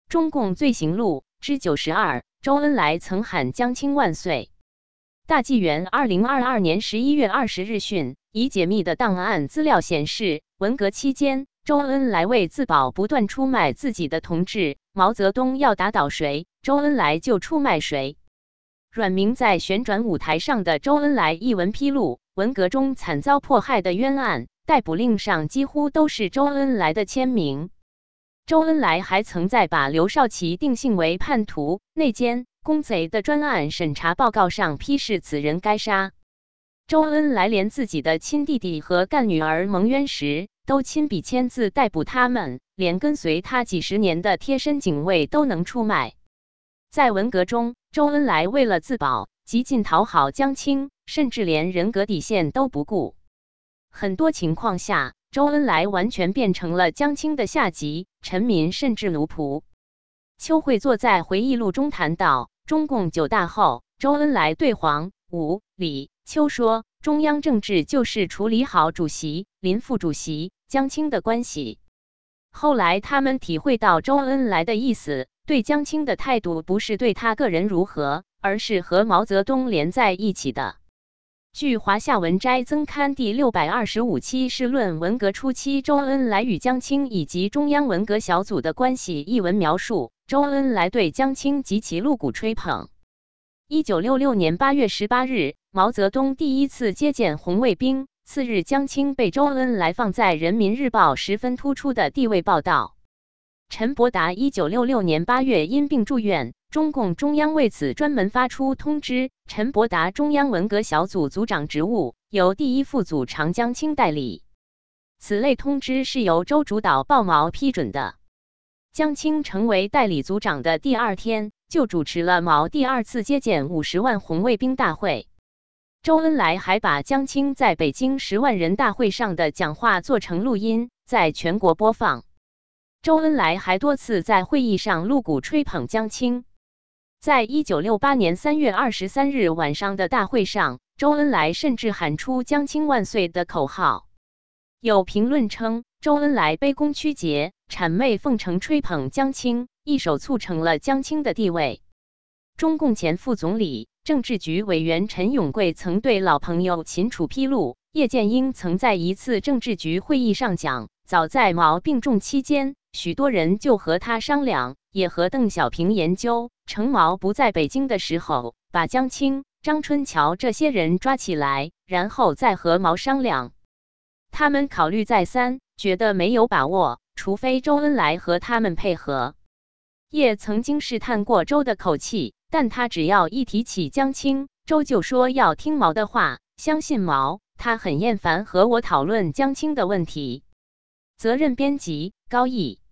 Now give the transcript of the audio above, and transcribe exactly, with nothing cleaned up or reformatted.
中共罪行录之九十二，周恩来曾喊江青万岁。大纪元二零二二年十一月二十日讯，已解密的档案资料显示，文革期间，周恩来为自保不断出卖自己的同志，毛泽东要打倒谁，周恩来就出卖谁。阮明在旋转舞台上的周恩来一文披露，文革中惨遭迫害的冤案，逮捕令上几乎都是周恩来的签名。周恩来还曾在把刘少奇定性为叛徒、内奸、公贼的专案审查报告上批示此人该杀。周恩来连自己的亲弟弟和干女儿蒙冤时，都亲笔签字逮捕他们，连跟随他几十年的贴身警卫都能出卖。在文革中，周恩来为了自保，极尽讨好江青，甚至连人格底线都不顾。很多情况下，周恩来完全变成了江青的下级、臣民甚至奴仆。邱会作在回忆录中谈到，中共九大后，周恩来对黄、武、李、邱说，中央政治就是处理好主席、林副主席、江青的关系。后来他们体会到周恩来的意思，对江青的态度不是对他个人如何，而是和毛泽东连在一起的。据华夏文摘增刊第六百二十五期是论文革初期周恩来与江青以及中央文革小组的关系一文描述，周恩来对江青极其露骨吹捧。一九六六年八月十八日，毛泽东第一次接见红卫兵，次日江青被周恩来放在人民日报十分突出的地位报道。陈伯达一九六六年八月因病住院，中共中央为此专门发出通知，陈伯达中央文革小组组长职务由第一副组长江青代理。此类通知是由周主导鲍毛批准的。江青成为代理组长的第二天，就主持了毛第二次接见五十万红卫兵大会。周恩来还把江青在北京十万人大会上的讲话做成录音，在全国播放。周恩来还多次在会议上露骨吹捧江青。在一九六八年三月二十三日晚上的大会上，周恩来甚至喊出江青万岁的口号。有评论称，周恩来卑躬屈节、谄媚奉承吹捧江青，一手促成了江青的地位。中共前副总理、政治局委员陈永贵曾对老朋友秦楚披露，叶剑英曾在一次政治局会议上讲，早在毛病重期间，许多人就和他商量，也和邓小平研究，趁毛不在北京的时候，把江青、张春桥这些人抓起来，然后再和毛商量。他们考虑再三，觉得没有把握，除非周恩来和他们配合。叶曾经试探过周的口气，但他只要一提起江青，周就说要听毛的话，相信毛。他很厌烦和我讨论江青的问题。责任编辑：高毅。